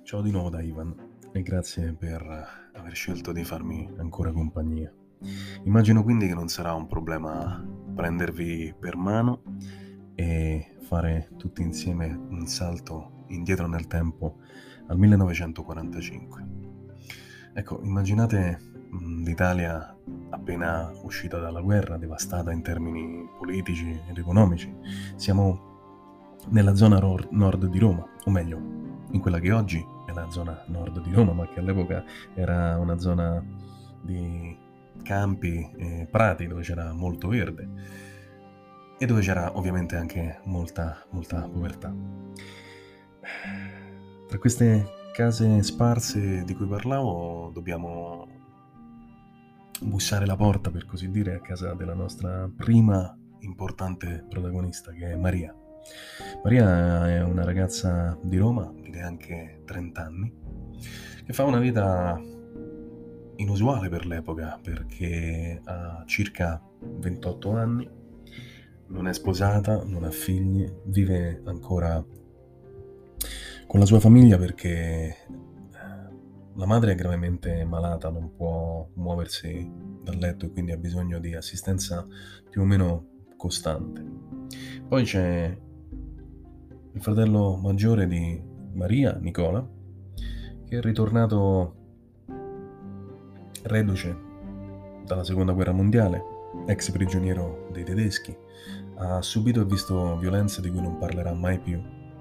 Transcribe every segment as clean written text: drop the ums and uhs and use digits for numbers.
Ciao di nuovo da Ivan e grazie per aver scelto di farmi ancora compagnia. Immagino quindi che non sarà un problema prendervi per mano e fare tutti insieme un salto indietro nel tempo al 1945. Ecco, immaginate l'Italia appena uscita dalla guerra, devastata in termini politici ed economici. Siamo nella zona nord di Roma, o meglio, in quella che oggi è la zona nord di Roma, ma che all'epoca era una zona di campi e prati dove c'era molto verde e dove c'era ovviamente anche molta povertà. Tra queste case sparse di cui parlavo dobbiamo bussare la porta, per così dire, a casa della nostra prima importante protagonista, che è Maria. Maria è una ragazza di Roma di neanche 30 anni, che fa una vita inusuale per l'epoca, perché ha circa 28 anni, non è sposata, non ha figli, vive ancora con la sua famiglia perché la madre è gravemente malata, non può muoversi dal letto e quindi ha bisogno di assistenza più o meno costante. Poi c'è il fratello maggiore di Maria, Nicola, che è ritornato reduce dalla seconda guerra mondiale, ex prigioniero dei tedeschi, ha subito e visto violenze di cui non parlerà mai più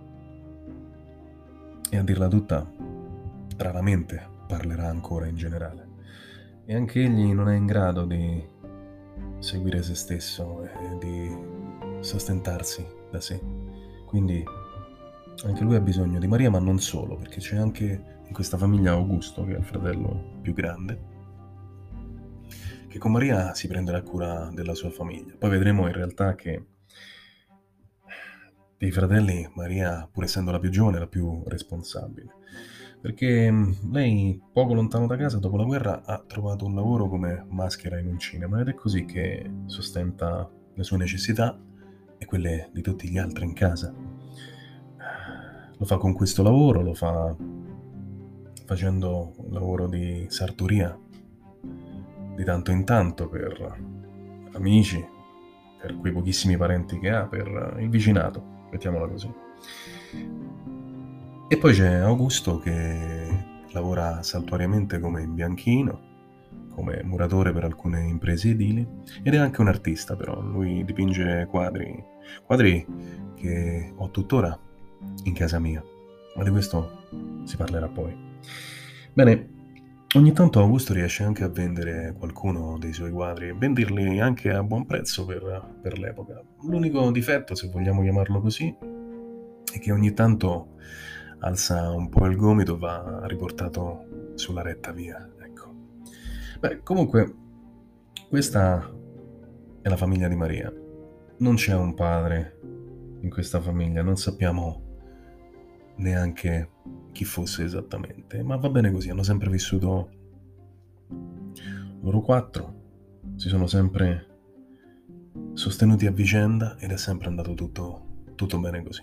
e, a dirla tutta, raramente parlerà ancora in generale. E anche egli non è in grado di seguire se stesso e di sostentarsi da sé. Quindi anche lui ha bisogno di Maria, ma non solo, perché c'è anche in questa famiglia Augusto, che è il fratello più grande, che con Maria si prenderà cura della sua famiglia. Poi vedremo in realtà che dei fratelli Maria, pur essendo la più giovane, è la più responsabile, perché lei, poco lontano da casa, dopo la guerra, ha trovato un lavoro come maschera in un cinema ed è così che sostenta le sue necessità e quelle di tutti gli altri in casa. Lo fa con questo lavoro, lo fa facendo un lavoro di sartoria di tanto in tanto per amici, per quei pochissimi parenti che ha, per il vicinato, mettiamola così. E poi c'è Augusto che lavora saltuariamente come imbianchino, come muratore per alcune imprese edili, ed è anche un artista però, lui dipinge quadri che ho tuttora in casa mia, ma di questo si parlerà poi. Bene, ogni tanto Augusto riesce anche a vendere qualcuno dei suoi quadri e venderli anche a buon prezzo per l'epoca. L'unico difetto, se vogliamo chiamarlo così, è che ogni tanto alza un po' il gomito e va riportato sulla retta via, ecco. Beh, comunque, questa è la famiglia di Maria. Non c'è un padre in questa famiglia, non sappiamo neanche chi fosse esattamente, ma va bene così, hanno sempre vissuto loro quattro, si sono sempre sostenuti a vicenda ed è sempre andato tutto bene così.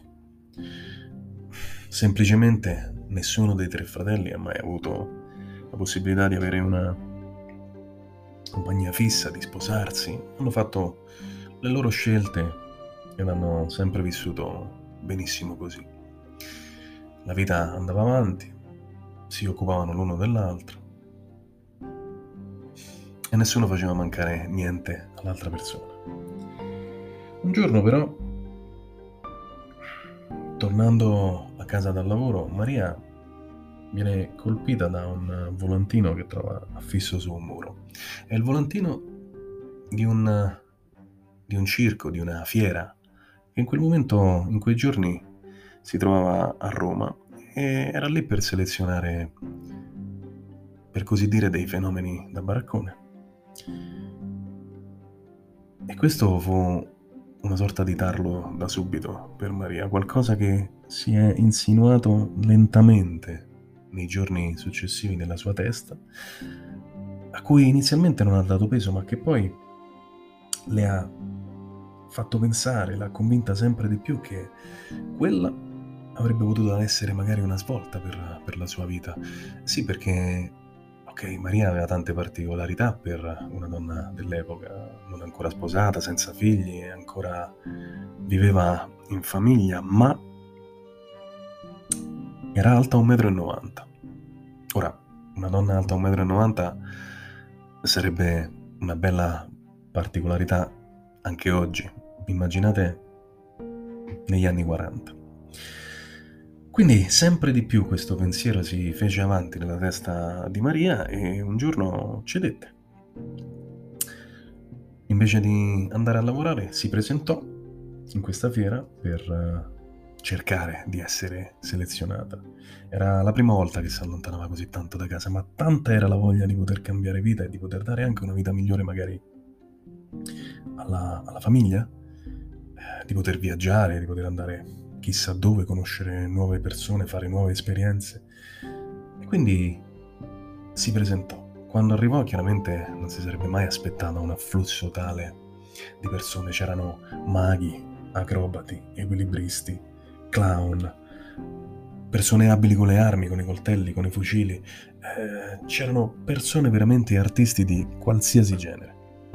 Semplicemente nessuno dei tre fratelli ha mai avuto la possibilità di avere una compagnia fissa, di sposarsi, hanno fatto le loro scelte ed hanno sempre vissuto benissimo così. La vita andava avanti, si occupavano l'uno dell'altro e nessuno faceva mancare niente all'altra persona. Un giorno però, tornando a casa dal lavoro, Maria viene colpita da un volantino che trova affisso su un muro. È il volantino di un circo, di una fiera, che in quel momento, in quei giorni, si trovava a Roma e era lì per selezionare, per così dire, dei fenomeni da baraccone. E questo fu una sorta di tarlo da subito per Maria, qualcosa che si è insinuato lentamente nei giorni successivi nella sua testa, a cui inizialmente non ha dato peso, ma che poi le ha fatto pensare, l'ha convinta sempre di più che quella avrebbe potuto essere magari una svolta per la sua vita. Sì, perché, ok, Maria aveva tante particolarità per una donna dell'epoca, non ancora sposata, senza figli, e ancora viveva in famiglia, ma era alta 1,90 m. Ora, una donna alta 1,90 m sarebbe una bella particolarità anche oggi. Immaginate negli anni 40. Quindi sempre di più questo pensiero si fece avanti nella testa di Maria e un giorno cedette. Invece di andare a lavorare, si presentò in questa fiera per cercare di essere selezionata. Era la prima volta che si allontanava così tanto da casa, ma tanta era la voglia di poter cambiare vita e di poter dare anche una vita migliore magari alla famiglia, di poter viaggiare, di poter andare chissà dove, conoscere nuove persone, fare nuove esperienze. E quindi si presentò. Quando arrivò, chiaramente non si sarebbe mai aspettata un afflusso tale di persone. C'erano maghi, acrobati, equilibristi, clown, persone abili con le armi, con i coltelli, con i fucili. C'erano persone veramente artisti di qualsiasi genere.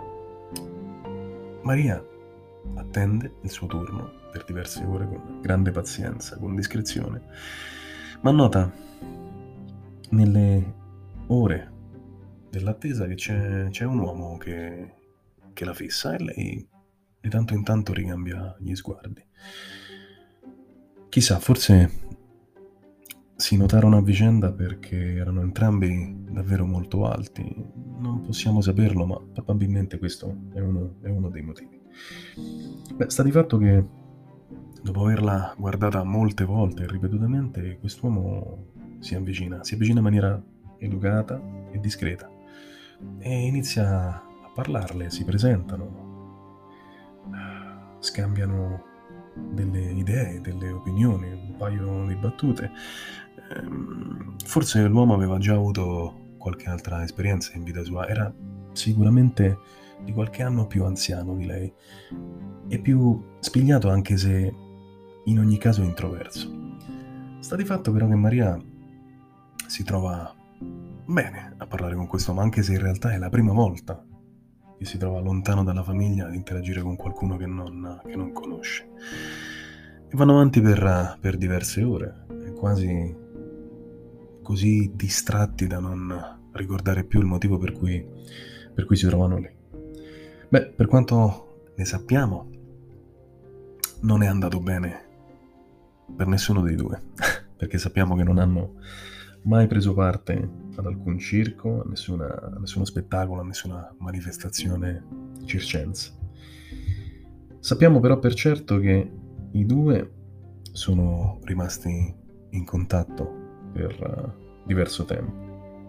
Maria attende il suo turno per diverse ore con grande pazienza, con discrezione, ma nota nelle ore dell'attesa che c'è un uomo che la fissa e lei di tanto in tanto ricambia gli sguardi. Chissà, forse si notarono a vicenda perché erano entrambi davvero molto alti. Non possiamo saperlo, ma probabilmente questo è uno dei motivi. Sta di fatto che dopo averla guardata molte volte e ripetutamente, quest'uomo si avvicina in maniera educata e discreta e inizia a parlarle, si presentano, scambiano delle idee, delle opinioni, un paio di battute. Forse l'uomo aveva già avuto qualche altra esperienza in vita sua, era sicuramente di qualche anno più anziano di lei e più spigliato, anche se in ogni caso introverso. Sta di fatto però che Maria si trova bene a parlare con quest'uomo, anche se in realtà è la prima volta che si trova lontano dalla famiglia ad interagire con qualcuno che non conosce. E vanno avanti per diverse ore, quasi così distratti da non ricordare più il motivo per cui si trovano lì. Per quanto ne sappiamo, non è andato bene per nessuno dei due, perché sappiamo che non hanno mai preso parte ad alcun circo, a nessuno spettacolo, a nessuna manifestazione circense. Sappiamo però per certo che i due sono rimasti in contatto per diverso tempo.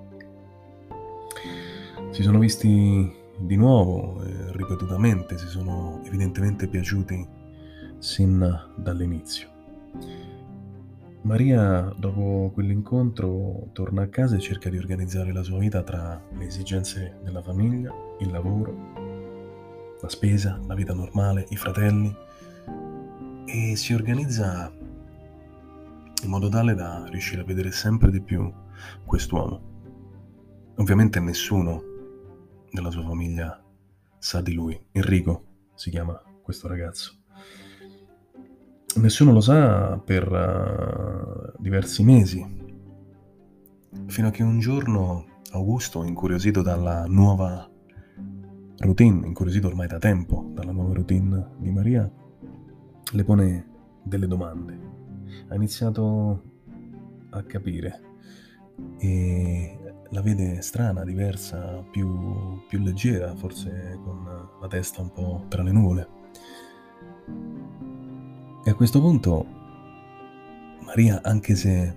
Si sono visti di nuovo, ripetutamente, si sono evidentemente piaciuti sin dall'inizio. Maria, dopo quell'incontro, torna a casa e cerca di organizzare la sua vita tra le esigenze della famiglia, il lavoro, la spesa, la vita normale, i fratelli, e si organizza in modo tale da riuscire a vedere sempre di più quest'uomo. Ovviamente nessuno della sua famiglia sa di lui. Enrico si chiama questo ragazzo. Nessuno lo sa per diversi mesi, fino a che un giorno Augusto, incuriosito dalla nuova routine, incuriosito ormai da tempo dalla nuova routine di Maria, le pone delle domande. Ha iniziato a capire e la vede strana, diversa, più leggera, forse con la testa un po' tra le nuvole. E a questo punto Maria, anche se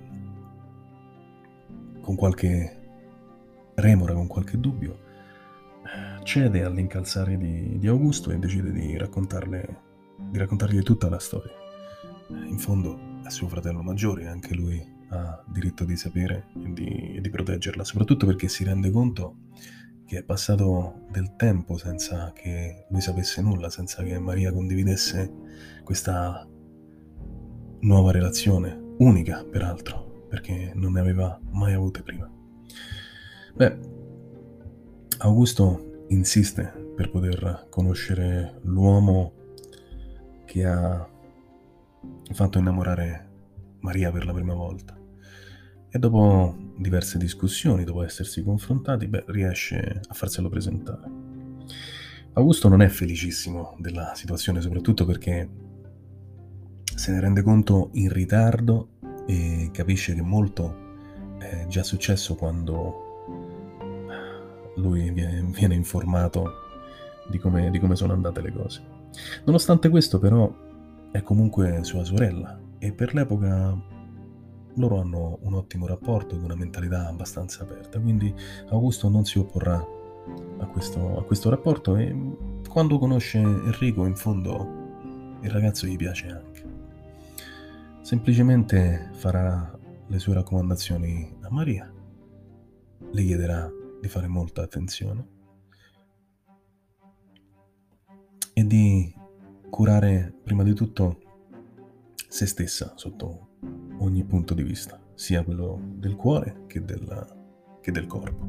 con qualche remora, con qualche dubbio, cede all'incalzare di Augusto e decide di raccontargli tutta la storia. In fondo è suo fratello maggiore, anche lui ha diritto di sapere e di proteggerla, soprattutto perché si rende conto che è passato del tempo senza che lui sapesse nulla, senza che Maria condividesse questa nuova relazione unica peraltro, perché non ne aveva mai avute prima. Beh, Augusto insiste per poter conoscere l'uomo che ha fatto innamorare Maria per la prima volta. E dopo diverse discussioni, dopo essersi confrontati, riesce a farselo presentare. Augusto non è felicissimo della situazione, soprattutto perché se ne rende conto in ritardo e capisce che molto è già successo quando lui viene informato di come sono andate le cose. Nonostante questo, però, è comunque sua sorella e per l'epoca loro hanno un ottimo rapporto ed una mentalità abbastanza aperta, quindi Augusto non si opporrà a questo rapporto e quando conosce Enrico, in fondo, il ragazzo gli piace anche. Semplicemente farà le sue raccomandazioni a Maria, le chiederà di fare molta attenzione e di curare prima di tutto se stessa sotto ogni punto di vista, sia quello del cuore che del corpo.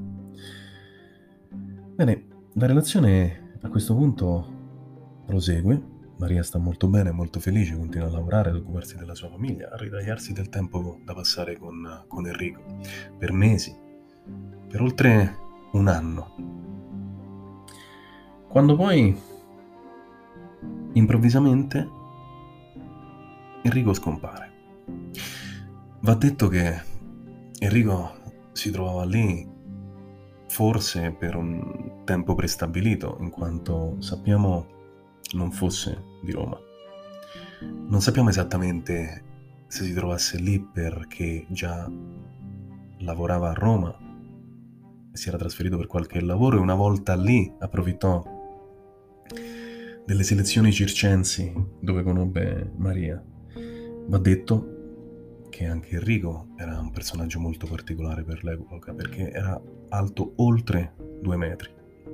Bene, la relazione a questo punto prosegue. Maria sta molto bene, molto felice, continua a lavorare, ad occuparsi della sua famiglia, a ritagliarsi del tempo da passare con Enrico, per mesi, per oltre un anno. Quando poi, improvvisamente, Enrico scompare. Va detto che Enrico si trovava lì forse per un tempo prestabilito, in quanto sappiamo non fosse di Roma. Non sappiamo esattamente se si trovasse lì perché già lavorava a Roma e si era trasferito per qualche lavoro e una volta lì approfittò delle selezioni circensi dove conobbe Maria. Va detto che anche Enrico era un personaggio molto particolare per l'epoca perché era alto oltre 2 metri.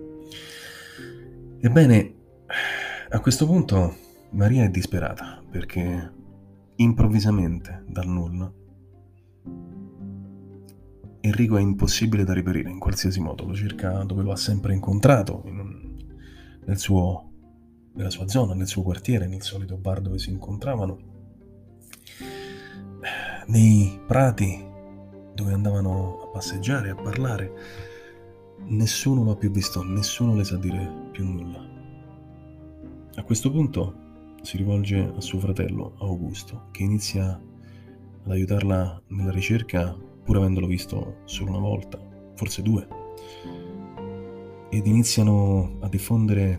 Ebbene, a questo punto Maria è disperata perché improvvisamente, dal nulla, Enrico è impossibile da reperire in qualsiasi modo, lo cerca dove lo ha sempre incontrato, nella sua zona, nel suo quartiere, nel solito bar dove si incontravano, nei prati dove andavano a passeggiare, a parlare. Nessuno lo ha più visto, nessuno le sa dire più nulla. A questo punto si rivolge a suo fratello Augusto, che inizia ad aiutarla nella ricerca, pur avendolo visto solo una volta, forse 2, ed iniziano a diffondere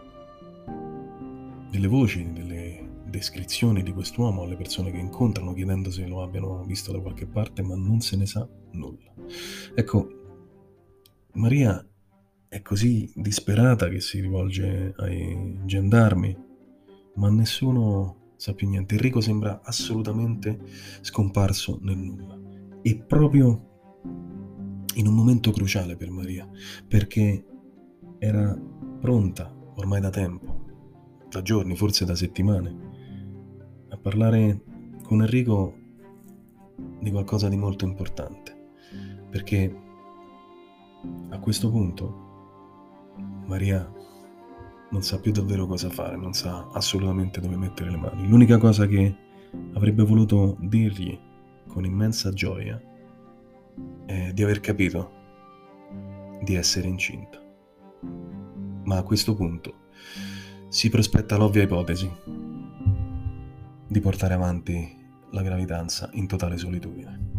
delle voci, delle descrizioni di quest'uomo alle persone che incontrano, chiedendo se lo abbiano visto da qualche parte, ma non se ne sa nulla. Ecco, Maria è così disperata che si rivolge ai gendarmi, ma nessuno sa più niente. Enrico sembra assolutamente scomparso nel nulla. E proprio in un momento cruciale per Maria, perché era pronta ormai da tempo, da giorni, forse da settimane, a parlare con Enrico di qualcosa di molto importante, perché a questo punto Maria non sa più davvero cosa fare, non sa assolutamente dove mettere le mani. L'unica cosa che avrebbe voluto dirgli con immensa gioia è di aver capito di essere incinta. Ma a questo punto si prospetta l'ovvia ipotesi di portare avanti la gravidanza in totale solitudine.